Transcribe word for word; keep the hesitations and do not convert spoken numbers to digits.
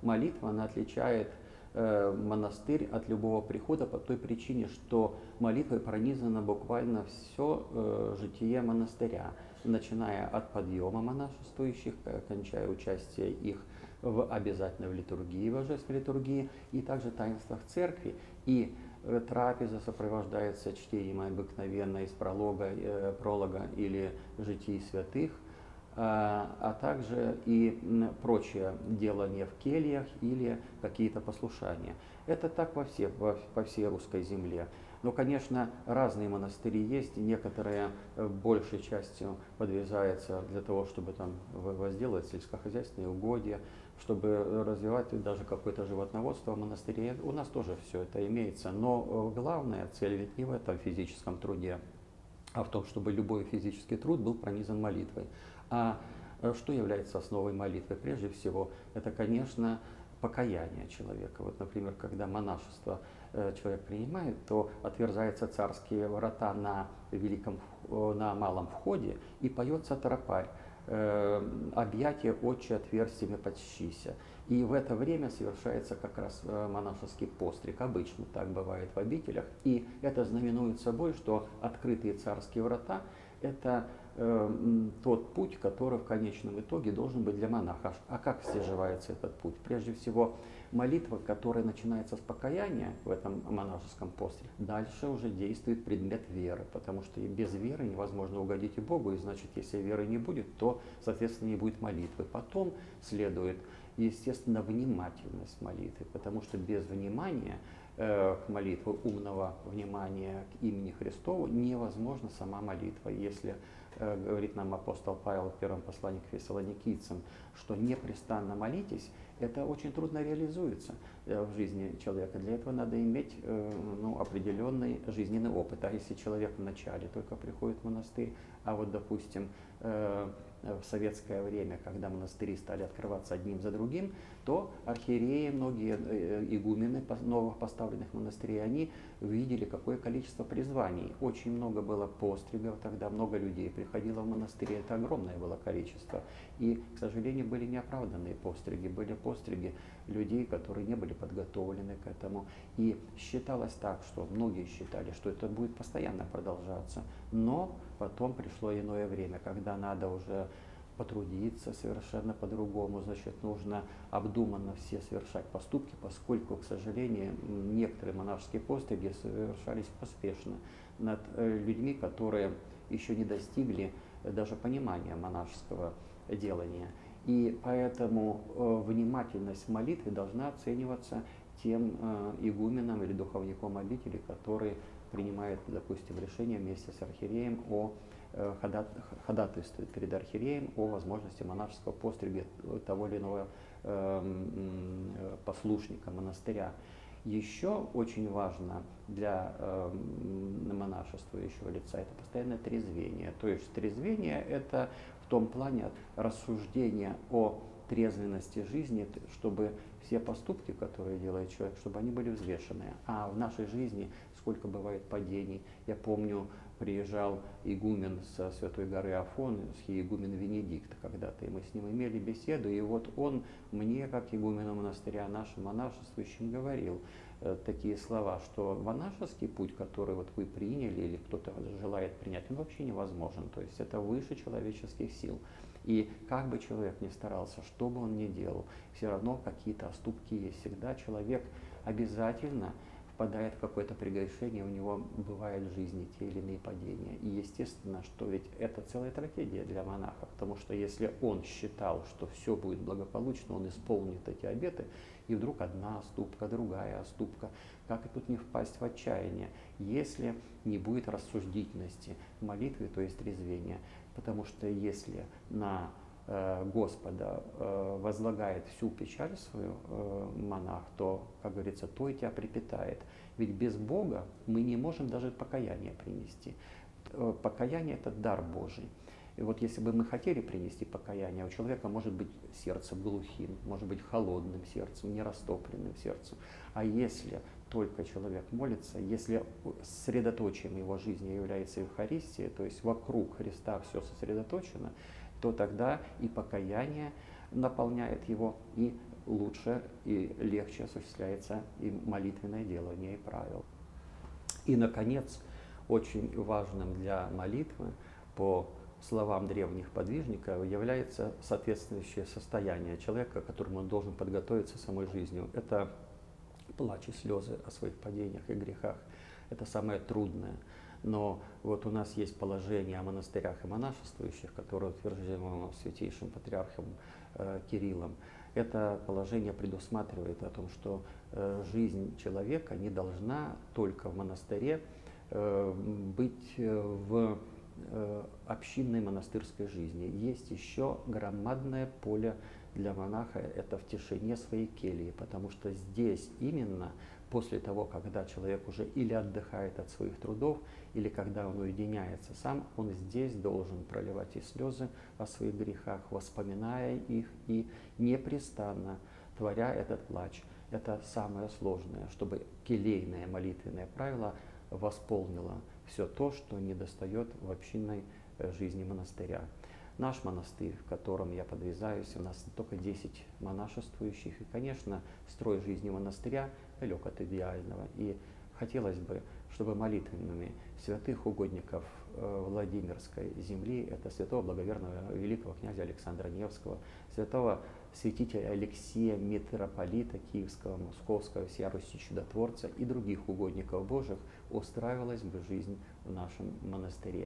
молитва, она отличает э, монастырь от любого прихода по той причине, что молитвой пронизано буквально все э, житие монастыря, начиная от подъема монашествующих, кончая участие их в обязательной литургии, в божественной литургии, и также таинствах церкви. И трапеза сопровождается чтением обыкновенно из пролога, э, пролога или житий святых, а, а также и прочее делание в кельях или какие-то послушания. Это так во, все, во, по всей русской земле. Но, конечно, разные монастыри есть, некоторые большей частью подвязаются для того, чтобы там возделывать сельскохозяйственные угодья, чтобы развивать даже какое-то животноводство в монастыре. У нас тоже все это имеется, но главная цель ведь не в этом физическом труде, а в том, чтобы любой физический труд был пронизан молитвой. А что является основой молитвы? Прежде всего, это, конечно, покаяние человека. Вот, например, когда монашество человек принимает, то отверзаются царские врата на, великом, на малом входе и поется тропарь. «Объятие отче отверстиями подщися». И в это время совершается как раз монашеский постриг. Обычно так бывает в обителях. И это знаменует собой, что открытые царские врата – это э, тот путь, который в конечном итоге должен быть для монаха. А как стяживается этот путь? Прежде всего, молитва, которая начинается с покаяния в этом монашеском посте, дальше уже действует предмет веры, потому что без веры невозможно угодить и Богу, и значит, если веры не будет, то, соответственно, не будет молитвы. Потом следует, естественно, внимательность молитвы, потому что без внимания э, к молитве, умного внимания к имени Христову, невозможна сама молитва. Если э, говорит нам апостол Павел в первом послании к фессалоникийцам, что непрестанно молитесь, это очень трудно реализуется в жизни человека. Для этого надо иметь ну, определенный жизненный опыт. А если человек вначале только приходит в монастырь, а вот, допустим, в советское время, когда монастыри стали открываться одним за другим, то архиереи, многие игумены новых поставленных монастырей, они видели, какое количество призваний. Очень много было постригов тогда, много людей приходило в монастыри, это огромное было количество. И, к сожалению, были неоправданные постриги, были постриги людей, которые не были подготовлены к этому. И считалось так, что многие считали, что это будет постоянно продолжаться. Но потом пришло иное время, когда надо уже потрудиться совершенно по-другому, значит, нужно обдуманно все совершать поступки, поскольку, к сожалению, некоторые монашеские постриги совершались поспешно над людьми, которые еще не достигли даже понимания монашеского делания. И поэтому э, внимательность в молитве должна оцениваться тем э, игуменом или духовником обители, который принимает, допустим, решение вместе с архиереем о э, ходатайстве перед архиереем о возможности монашеского пострига того или иного э, послушника монастыря. Еще очень важно для э, монашествующего лица это постоянное трезвение. То есть трезвение это в том плане рассуждения о трезвенности жизни, чтобы все поступки, которые делает человек, чтобы они были взвешенные. А в нашей жизни сколько бывает падений. Я помню, приезжал игумен со Святой горы Афон, игумен Венедикт когда-то, и мы с ним имели беседу, и вот он мне, как игумену монастыря, нашим монашествующим, говорил э, такие слова, что монашеский путь, который вот вы приняли или кто-то желает принять, он вообще невозможен, то есть это выше человеческих сил. И как бы человек ни старался, что бы он ни делал, все равно какие-то оступки есть. Всегда человек обязательно впадает в какое-то прегрешение, у него бывают в жизни те или иные падения. И естественно, что ведь это целая трагедия для монаха, потому что если он считал, что все будет благополучно, он исполнит эти обеты, и вдруг одна оступка, другая оступка, как и тут не впасть в отчаяние, если не будет рассудительности молитвы, то есть трезвения. Потому что если на э, Господа э, возлагает всю печаль свою э, монах, то, как говорится, то и тебя припитает. Ведь без Бога мы не можем даже покаяние принести. Э, покаяние – это дар Божий. И вот если бы мы хотели принести покаяние, у человека может быть сердце глухим, может быть холодным сердцем, нерастопленным сердцем. А если только человек молится, если средоточием его жизни является Евхаристия, то есть вокруг Христа все сосредоточено, то тогда и покаяние наполняет его, и лучше и легче осуществляется и молитвенное делание и правил. И, наконец, очень важным для молитвы, по словам древних подвижников, является соответствующее состояние человека, к которому он должен подготовиться самой жизнью. Это плач и слезы о своих падениях и грехах. Это самое трудное. Но вот у нас есть положение о монастырях и монашествующих, которое утверждено святейшим патриархом э, Кириллом. Это положение предусматривает о том, что э, жизнь человека не должна только в монастыре э, быть в э, общинной монастырской жизни. Есть еще громадное поле для монаха, это в тишине своей кельи, потому что здесь именно после того, когда человек уже или отдыхает от своих трудов, или когда он уединяется сам, он здесь должен проливать и слезы о своих грехах, воспоминая их и непрестанно творя этот плач. Это самое сложное, чтобы келейное молитвенное правило восполнило все то, что недостает в общинной жизни монастыря. Наш монастырь, в котором я подвязаюсь, у нас только десять монашествующих. И, конечно, строй жизни монастыря далек от идеального. И хотелось бы, чтобы молитвенными святых угодников э, Владимирской земли, это святого благоверного великого князя Александра Невского, святого святителя Алексия, митрополита Киевского, Московского, всея Руси чудотворца и других угодников Божьих, устраивалась бы жизнь в нашем монастыре.